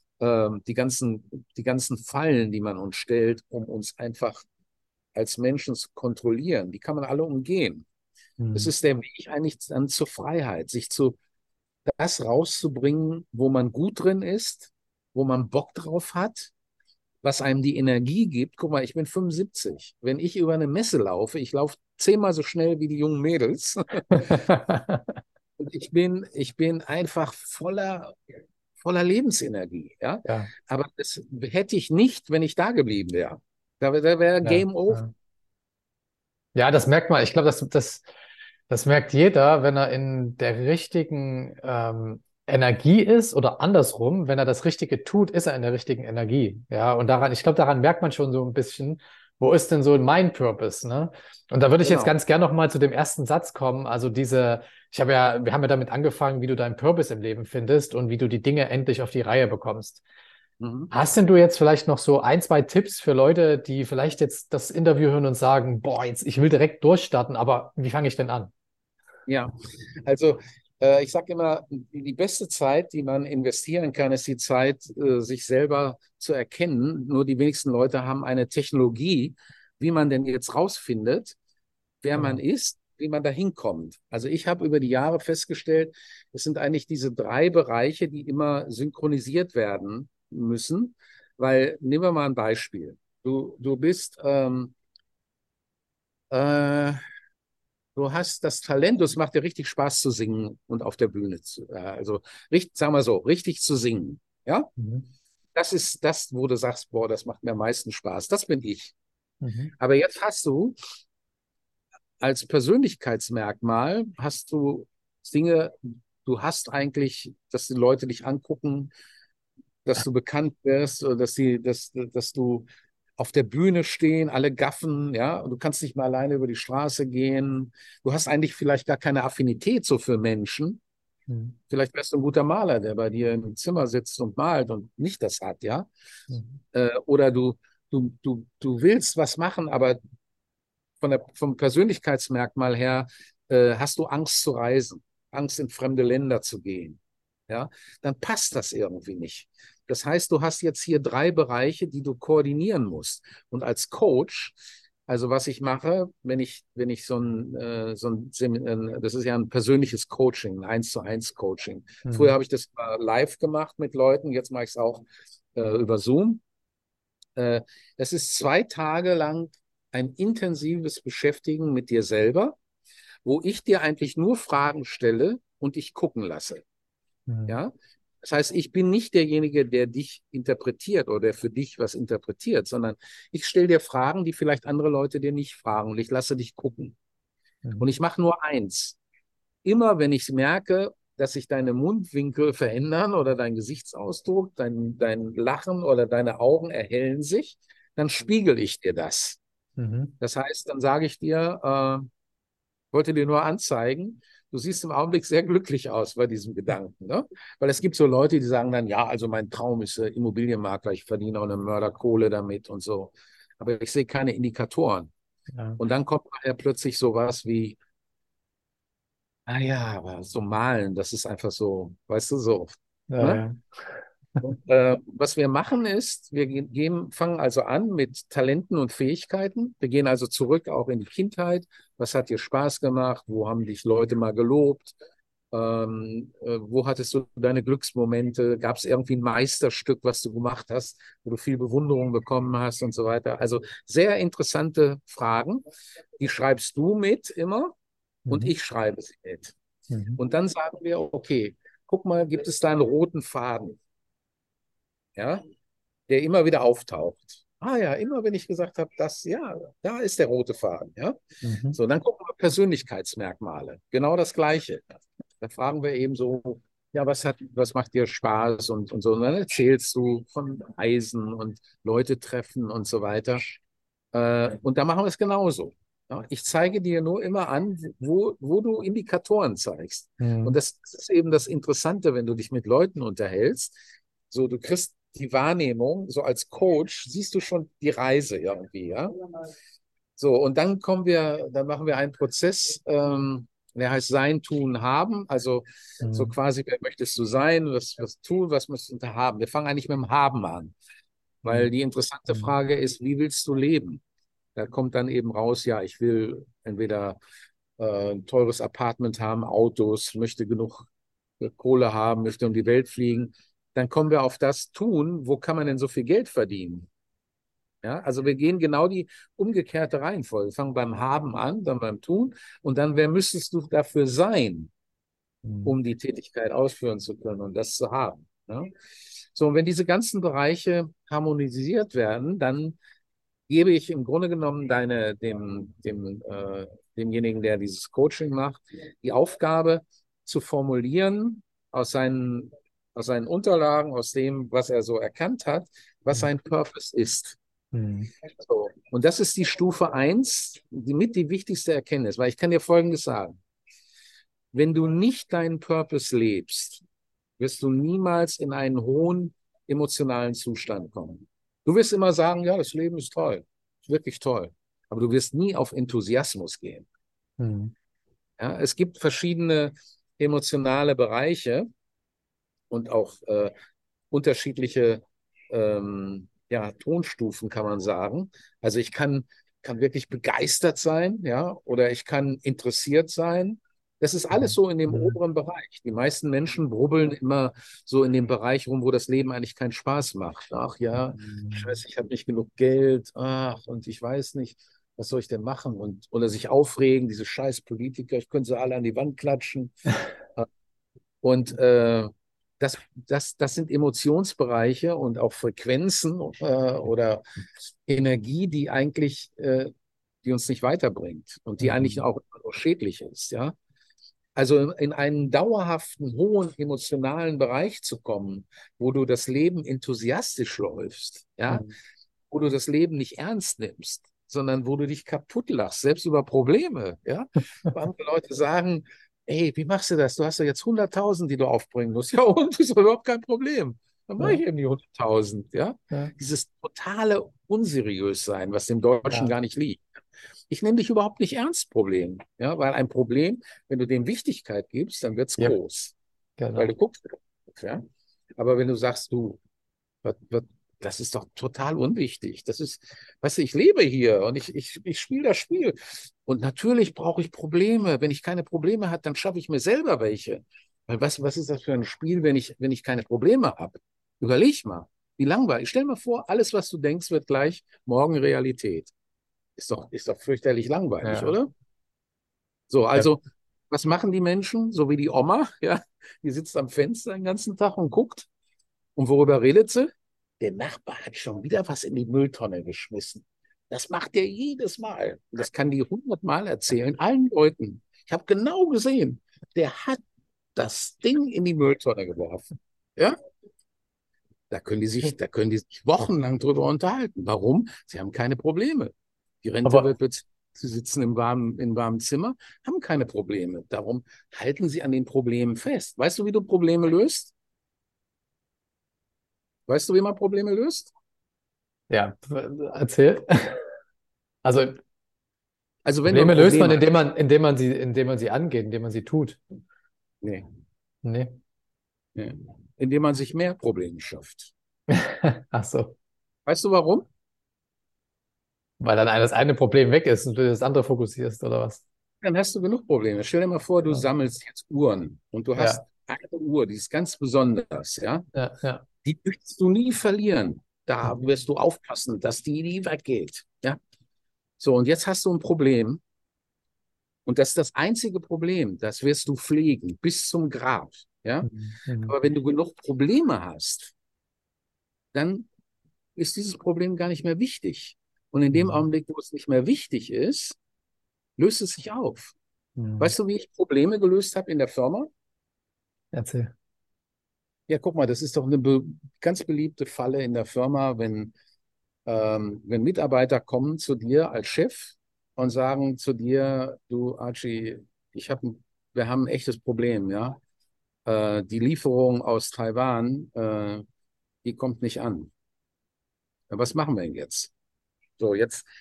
die ganzen Fallen, die man uns stellt, um uns einfach als Menschen zu kontrollieren, die kann man alle umgehen. Es hm. ist der Weg eigentlich dann zur Freiheit, sich zu das rauszubringen, wo man gut drin ist, wo man Bock drauf hat, was einem die Energie gibt. Guck mal, ich bin 75. Wenn ich über eine Messe laufe, ich laufe 10-mal so schnell wie die jungen Mädels. Und ich bin einfach voller Lebensenergie. Ja? Ja, Aber das hätte ich nicht, wenn ich da geblieben wäre. Da wäre ja, Game Over. ja. Ja, das merkt man. Ich glaube, das merkt jeder, wenn er in der richtigen Energie ist oder andersrum, wenn er das Richtige tut, ist er in der richtigen Energie. Ja, und ich glaube, daran merkt man schon so ein bisschen, wo ist denn so mein Purpose, ne? Und da würde ich jetzt Genau. ganz gern noch mal zu dem ersten Satz kommen. Also wir haben ja damit angefangen, wie du deinen Purpose im Leben findest und wie du die Dinge endlich auf die Reihe bekommst. Mhm. Hast denn du jetzt vielleicht noch so ein, zwei Tipps für Leute, die vielleicht jetzt das Interview hören und sagen, boah, jetzt, ich will direkt durchstarten, aber wie fange ich denn an? Ja, also ich sage immer, die beste Zeit, die man investieren kann, ist die Zeit, sich selber zu erkennen. Nur die wenigsten Leute haben eine Technologie, wie man denn jetzt rausfindet, wer man Genau. ist, wie man da hinkommt. Also ich habe über die Jahre festgestellt, es sind eigentlich diese drei Bereiche, die immer synchronisiert werden müssen. Weil, nehmen wir mal ein Beispiel. Du bist äh, du hast das Talent, es macht dir richtig Spaß zu singen und auf der Bühne zu, also richtig, sagen wir so, richtig zu singen. Ja, Mhm. das ist das, wo du sagst, boah, das macht mir am meisten Spaß. Das bin ich. Mhm. Aber jetzt hast du als Persönlichkeitsmerkmal hast du Dinge, du hast eigentlich, dass die Leute dich angucken, dass du bekannt wirst, oder dass du auf der Bühne stehen, alle gaffen, ja, und du kannst nicht mal alleine über die Straße gehen. Du hast eigentlich vielleicht gar keine Affinität so für Menschen. Mhm. Vielleicht wärst du ein guter Maler, der bei dir im Zimmer sitzt und malt und nicht das hat, ja? Mhm. Oder du willst was machen, aber vom Persönlichkeitsmerkmal her hast du Angst zu reisen, Angst in fremde Länder zu gehen, ja? Dann passt das irgendwie nicht. Das heißt, du hast jetzt hier 3 Bereiche, die du koordinieren musst. Und als Coach, also was ich mache, wenn ich das ist ja ein persönliches Coaching, ein 1:1 Coaching. Früher Mhm. habe ich das live gemacht mit Leuten, jetzt mache ich es auch über Zoom. Äh, Das ist 2 Tage lang ein intensives Beschäftigen mit dir selber, wo ich dir eigentlich nur Fragen stelle und dich gucken lasse. Mhm. Ja? Das heißt, ich bin nicht derjenige, der dich interpretiert oder der für dich was interpretiert, sondern ich stelle dir Fragen, die vielleicht andere Leute dir nicht fragen und ich lasse dich gucken. Und Mhm. ich mache nur eins. Immer wenn ich merke, dass sich deine Mundwinkel verändern oder dein Gesichtsausdruck, dein Lachen oder deine Augen erhellen sich, dann spiegel ich dir das. Mhm. Das heißt, dann sage ich dir, wollte dir nur anzeigen, du siehst im Augenblick sehr glücklich aus bei diesem Gedanken. Ne? Weil es gibt so Leute, die sagen dann, ja, also mein Traum ist Immobilienmakler, ich verdiene auch eine Mörderkohle damit und so. Aber ich sehe keine Indikatoren. Ja. Und dann kommt nachher plötzlich sowas wie, ah ja, aber so malen, das ist einfach so, weißt du, so. Ja, Ne? ja. Was wir machen ist, fangen also an mit Talenten und Fähigkeiten. Wir gehen also zurück auch in die Kindheit. Was hat dir Spaß gemacht? Wo haben dich Leute mal gelobt? Wo hattest du deine Glücksmomente? Gab es irgendwie ein Meisterstück, was du gemacht hast, wo du viel Bewunderung bekommen hast und so weiter? Also sehr interessante Fragen. Die schreibst du mit immer und Mhm. ich schreibe sie mit. Mhm. Und dann sagen wir, okay, guck mal, gibt es da einen roten Faden? Ja, der immer wieder auftaucht. Ah ja, immer wenn ich gesagt habe, ja, da ist der rote Faden, ja. Mhm. So, dann gucken wir Persönlichkeitsmerkmale. Genau das Gleiche. Da fragen wir eben so, ja, was macht dir Spaß und so. Und dann erzählst du von Reisen und Leute treffen und so weiter. Und da machen wir es genauso. Ja, ich zeige dir nur immer an, wo du Indikatoren zeigst. Und Mhm. das ist eben das Interessante, wenn du dich mit Leuten unterhältst. So, du kriegst die Wahrnehmung, so als Coach siehst du schon die Reise irgendwie, ja. So, und dann machen wir einen Prozess, der heißt Sein, Tun, Haben. Also so Mhm. quasi, wer möchtest du sein, was tun, was möchtest du haben? Wir fangen eigentlich mit dem Haben an, Mhm. weil die interessante Mhm. Frage ist, wie willst du leben? Da kommt dann eben raus, ja, ich will entweder ein teures Apartment haben, Autos, möchte genug Kohle haben, möchte um die Welt fliegen. Dann kommen wir auf das Tun, wo kann man denn so viel Geld verdienen? Ja, also wir gehen genau die umgekehrte Reihenfolge. Wir fangen beim Haben an, dann beim Tun und dann, wer müsstest du dafür sein, Mhm. um die Tätigkeit ausführen zu können und das zu haben? Ja? So, und wenn diese ganzen Bereiche harmonisiert werden, dann gebe ich im Grunde genommen demjenigen, der dieses Coaching macht, die Aufgabe zu formulieren aus seinen Unterlagen, aus dem, was er so erkannt hat, was sein Purpose ist. Mhm. So. Und das ist die Stufe eins, die wichtigste Erkenntnis, weil ich kann dir Folgendes sagen. Wenn du nicht deinen Purpose lebst, wirst du niemals in einen hohen emotionalen Zustand kommen. Du wirst immer sagen, ja, das Leben ist toll, ist wirklich toll. Aber du wirst nie auf Enthusiasmus gehen. Mhm. Ja, es gibt verschiedene emotionale Bereiche und auch unterschiedliche ja, Tonstufen, kann man sagen. Also kann wirklich begeistert sein, ja, oder ich kann interessiert sein. Das ist alles Mhm. so in dem Mhm. oberen Bereich. Die meisten Menschen brubbeln immer so in dem Bereich rum, wo das Leben eigentlich keinen Spaß macht. Ach ja, Mhm. scheiße, ich habe nicht genug Geld. Ach, und ich weiß nicht, was soll ich denn machen? Oder sich aufregen, diese scheiß Politiker, ich könnte sie alle an die Wand klatschen. Und das sind Emotionsbereiche und auch Frequenzen oder Energie, die uns nicht weiterbringt und die eigentlich Mhm. auch schädlich ist, ja. Also in einen dauerhaften, hohen emotionalen Bereich zu kommen, wo du das Leben enthusiastisch läufst, ja, Mhm. wo du das Leben nicht ernst nimmst, sondern wo du dich kaputt lachst, selbst über Probleme, ja. Wo andere Leute sagen, ey, wie machst du das? Du hast ja jetzt 100.000, die du aufbringen musst. Ja, und das ist überhaupt kein Problem. Dann mache ich Ja, eben die 100.000, ja. ja, Dieses totale Unseriös-Sein, was dem Deutschen ja, gar nicht liegt. Ich nehme dich überhaupt nicht ernst, Problem. Ja, weil ein Problem, wenn du dem Wichtigkeit gibst, dann wird es yep, groß. Weil du genau. guckst, ja. Aber wenn du sagst, was, was, das ist doch total unwichtig. Das ist, weißt du, ich lebe hier und ich spiele das Spiel. Und natürlich brauche ich Probleme. Wenn ich keine Probleme habe, dann schaffe ich mir selber welche. Weil was ist das für ein Spiel, wenn ich keine Probleme habe? Überleg mal, wie langweilig. Stell mal vor, alles, was du denkst, wird gleich morgen Realität. Ist doch fürchterlich langweilig, Ja, oder? So, ja. also, was machen die Menschen? So wie die Oma, ja, die sitzt am Fenster den ganzen Tag und guckt. Und worüber redet sie? Der Nachbar hat schon wieder was in die Mülltonne geschmissen. Das macht er jedes Mal. Und das kann die 100 Mal erzählen, allen Leuten. Ich habe genau gesehen, der hat das Ding in die Mülltonne geworfen. Ja, da können die sich wochenlang drüber unterhalten. Warum? Sie haben keine Probleme. Die Rente Aber, wird bezahlt. Sie sitzen im warmen Zimmer, haben keine Probleme. Darum halten sie an den Problemen fest. Weißt du, wie du Probleme löst? Weißt du, wie man Probleme löst? ja, erzähl. Also, Also wenn du ein Probleme löst man, Problem hast, indem man sie angeht, indem man sie tut. nee, Nee. nee, indem man sich mehr Probleme schafft. Ach so. Weißt du warum? Weil dann das eine Problem weg ist und du das andere fokussierst, oder was? Dann hast du genug Probleme. Stell dir mal vor, du Ja, sammelst jetzt Uhren und du hast ja, eine Uhr, die ist ganz besonders, ja. ja, ja. Die möchtest du nie verlieren. Da Mhm. wirst du aufpassen, dass die nie weggeht, ja. So, und jetzt hast du ein Problem und das ist das einzige Problem. Das wirst du pflegen bis zum Grab, ja. Mhm. Mhm. Aber wenn du genug Probleme hast, dann ist dieses Problem gar nicht mehr wichtig. Und in dem Mhm. Augenblick, wo es nicht mehr wichtig ist, löst es sich auf. Mhm. Weißt du, wie ich Probleme gelöst habe in der Firma? Erzähl. Ja, guck mal, das ist doch eine ganz beliebte Falle in der Firma, wenn Mitarbeiter kommen zu dir als Chef und sagen zu dir, du Archie, wir haben ein echtes Problem, ja. Die Lieferung aus Taiwan, die kommt nicht an. Ja, was machen wir denn jetzt? So,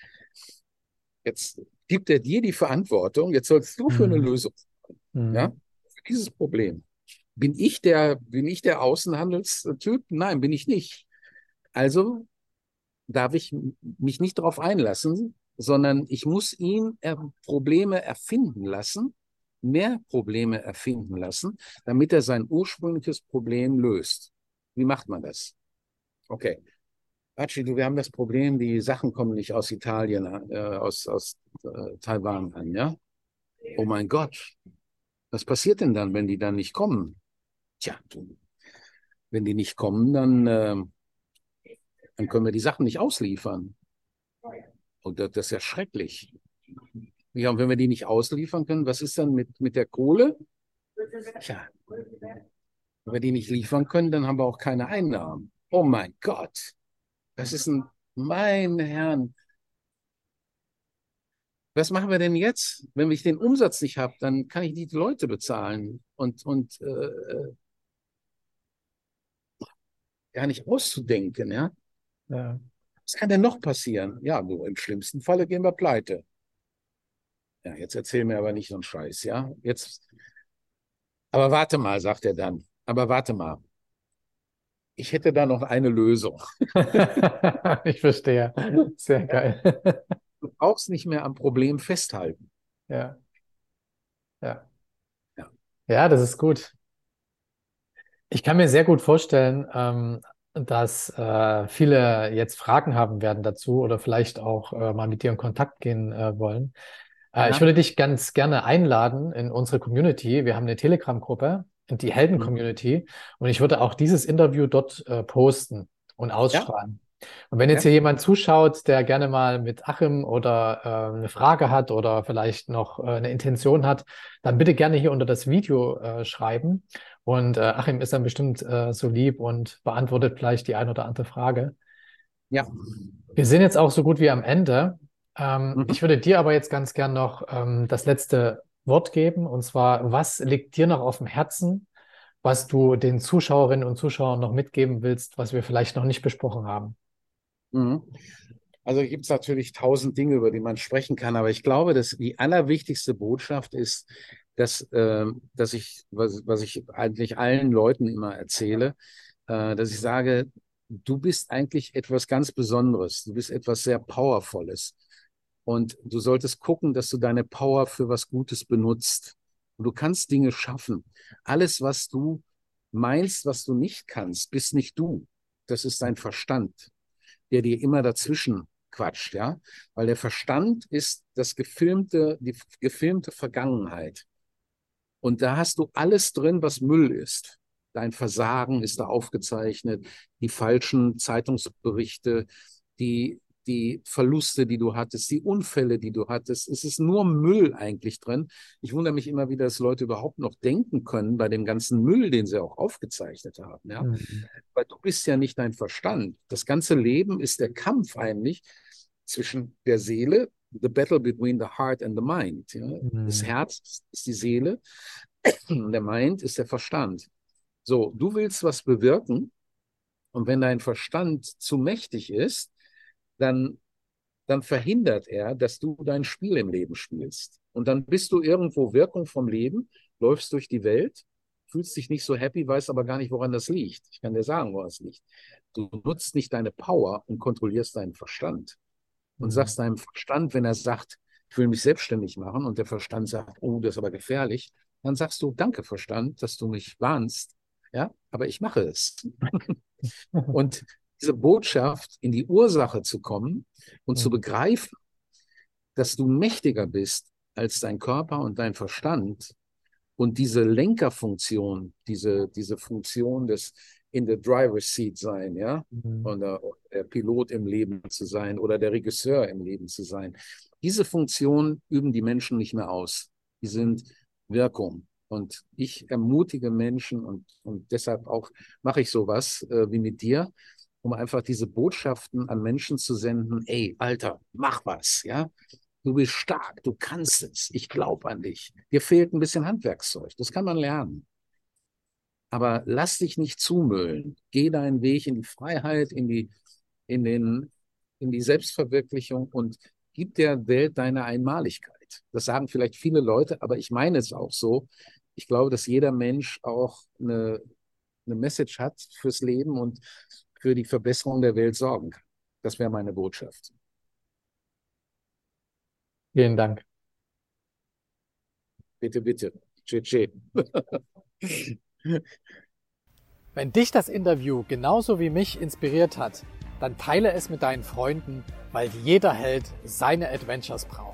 jetzt gibt er dir die Verantwortung, jetzt sollst du für eine Mhm. Lösung, ja, Mhm. für dieses Problem. Bin ich der Außenhandelstyp? Nein, bin ich nicht. Also darf ich mich nicht darauf einlassen, sondern ich muss ihn Probleme erfinden lassen, mehr Probleme erfinden lassen, damit er sein ursprüngliches Problem löst. Wie macht man das? Okay. Archie, du, wir haben das Problem, die Sachen kommen nicht aus Italien, aus Taiwan an, ja? Oh mein Gott, was passiert denn dann, wenn die dann nicht kommen? Tja, du, wenn die nicht kommen, dann können wir die Sachen nicht ausliefern. Und das ist ja schrecklich. Ja, und wenn wir die nicht ausliefern können, was ist dann mit der Kohle? Tja, wenn wir die nicht liefern können, dann haben wir auch keine Einnahmen. Oh mein Gott, das ist mein Herrn, was machen wir denn jetzt? Wenn ich den Umsatz nicht habe, dann kann ich nicht die Leute bezahlen und gar nicht auszudenken, ja. Ja. Was kann denn noch passieren? Ja, nur im schlimmsten Falle gehen wir pleite. Ja, jetzt erzähl mir aber nicht so einen Scheiß, ja. Aber warte mal, sagt er dann. Aber warte mal, ich hätte da noch eine Lösung. Ich verstehe. Sehr Ja? geil. Du brauchst nicht mehr am Problem festhalten. Ja, ja. Ja, Ja, das ist gut. Ich kann mir sehr gut vorstellen, dass viele jetzt Fragen haben werden dazu oder vielleicht auch mal mit dir in Kontakt gehen wollen. Ich ja, würde dich ganz gerne einladen in unsere Community. Wir haben eine Telegram-Gruppe, die hm, Helden-Community, und ich würde auch dieses Interview dort posten und ja, ausstrahlen. Und wenn jetzt ja, hier jemand zuschaut, der gerne mal mit Achim oder eine Frage hat oder vielleicht noch eine Intention hat, dann bitte gerne hier unter das Video schreiben. Und Achim ist dann bestimmt so lieb und beantwortet vielleicht die ein oder andere Frage. ja. Wir sind jetzt auch so gut wie am Ende. Mhm. Ich würde dir aber jetzt ganz gern noch das letzte Wort geben. Und zwar, was liegt dir noch auf dem Herzen, was du den Zuschauerinnen und Zuschauern noch mitgeben willst, was wir vielleicht noch nicht besprochen haben? Mhm. Also gibt es natürlich tausend Dinge, über die man sprechen kann, aber ich glaube, dass die allerwichtigste Botschaft ist, was ich eigentlich allen Leuten immer erzähle, dass ich sage, du bist eigentlich etwas ganz Besonderes, du bist etwas sehr Powervolles und du solltest gucken, dass du deine Power für was Gutes benutzt. Und du kannst Dinge schaffen. Alles, was du meinst, was du nicht kannst, bist nicht du. Das ist dein Verstand, der dir immer dazwischen quatscht, ja, weil der Verstand ist die gefilmte Vergangenheit. Und da hast du alles drin, was Müll ist. Dein Versagen ist da aufgezeichnet, die falschen Zeitungsberichte, die Verluste, die du hattest, die Unfälle, die du hattest. Es ist nur Müll eigentlich drin. Ich wundere mich immer wieder, dass Leute überhaupt noch denken können bei dem ganzen Müll, den sie auch aufgezeichnet haben. Ja? Mhm. Weil du bist ja nicht dein Verstand. Das ganze Leben ist der Kampf eigentlich zwischen der Seele, the battle between the heart and the mind. Ja? Das Mhm. Herz ist die Seele und der Mind ist der Verstand. So, du willst was bewirken und wenn dein Verstand zu mächtig ist, dann, dann verhindert er, dass du dein Spiel im Leben spielst. Und dann bist du irgendwo Wirkung vom Leben, läufst durch die Welt, fühlst dich nicht so happy, weißt aber gar nicht, woran das liegt. Ich kann dir sagen, woran es liegt. Du nutzt nicht deine Power und kontrollierst deinen Verstand. Und Mhm. sagst deinem Verstand, wenn er sagt, ich will mich selbstständig machen und der Verstand sagt, oh, das ist aber gefährlich, dann sagst du, danke Verstand, dass du mich warnst, ja, aber ich mache es. Und diese Botschaft, in die Ursache zu kommen und zu Mhm. begreifen, dass du mächtiger bist als dein Körper und dein Verstand und diese Lenkerfunktion, diese Funktion des in the driver's seat sein, ja, Mhm. und der Pilot im Leben zu sein oder der Regisseur im Leben zu sein. Diese Funktion üben die Menschen nicht mehr aus. Die sind Wirkung. Und ich ermutige Menschen und deshalb auch mache ich sowas wie mit dir, um einfach diese Botschaften an Menschen zu senden. Ey, Alter, mach was, ja. Du bist stark, du kannst es. Ich glaube an dich. Dir fehlt ein bisschen Handwerkszeug. Das kann man lernen. Aber lass dich nicht zumüllen. Geh deinen Weg in die Freiheit, in den, in die Selbstverwirklichung und gib der Welt deine Einmaligkeit. Das sagen vielleicht viele Leute, aber ich meine es auch so. Ich glaube, dass jeder Mensch auch eine Message hat fürs Leben und für die Verbesserung der Welt sorgen kann. Das wäre meine Botschaft. Vielen Dank. Bitte, bitte. Tschä, tschä. Wenn dich das Interview genauso wie mich inspiriert hat, dann teile es mit deinen Freunden, weil jeder Held seine Adventures braucht.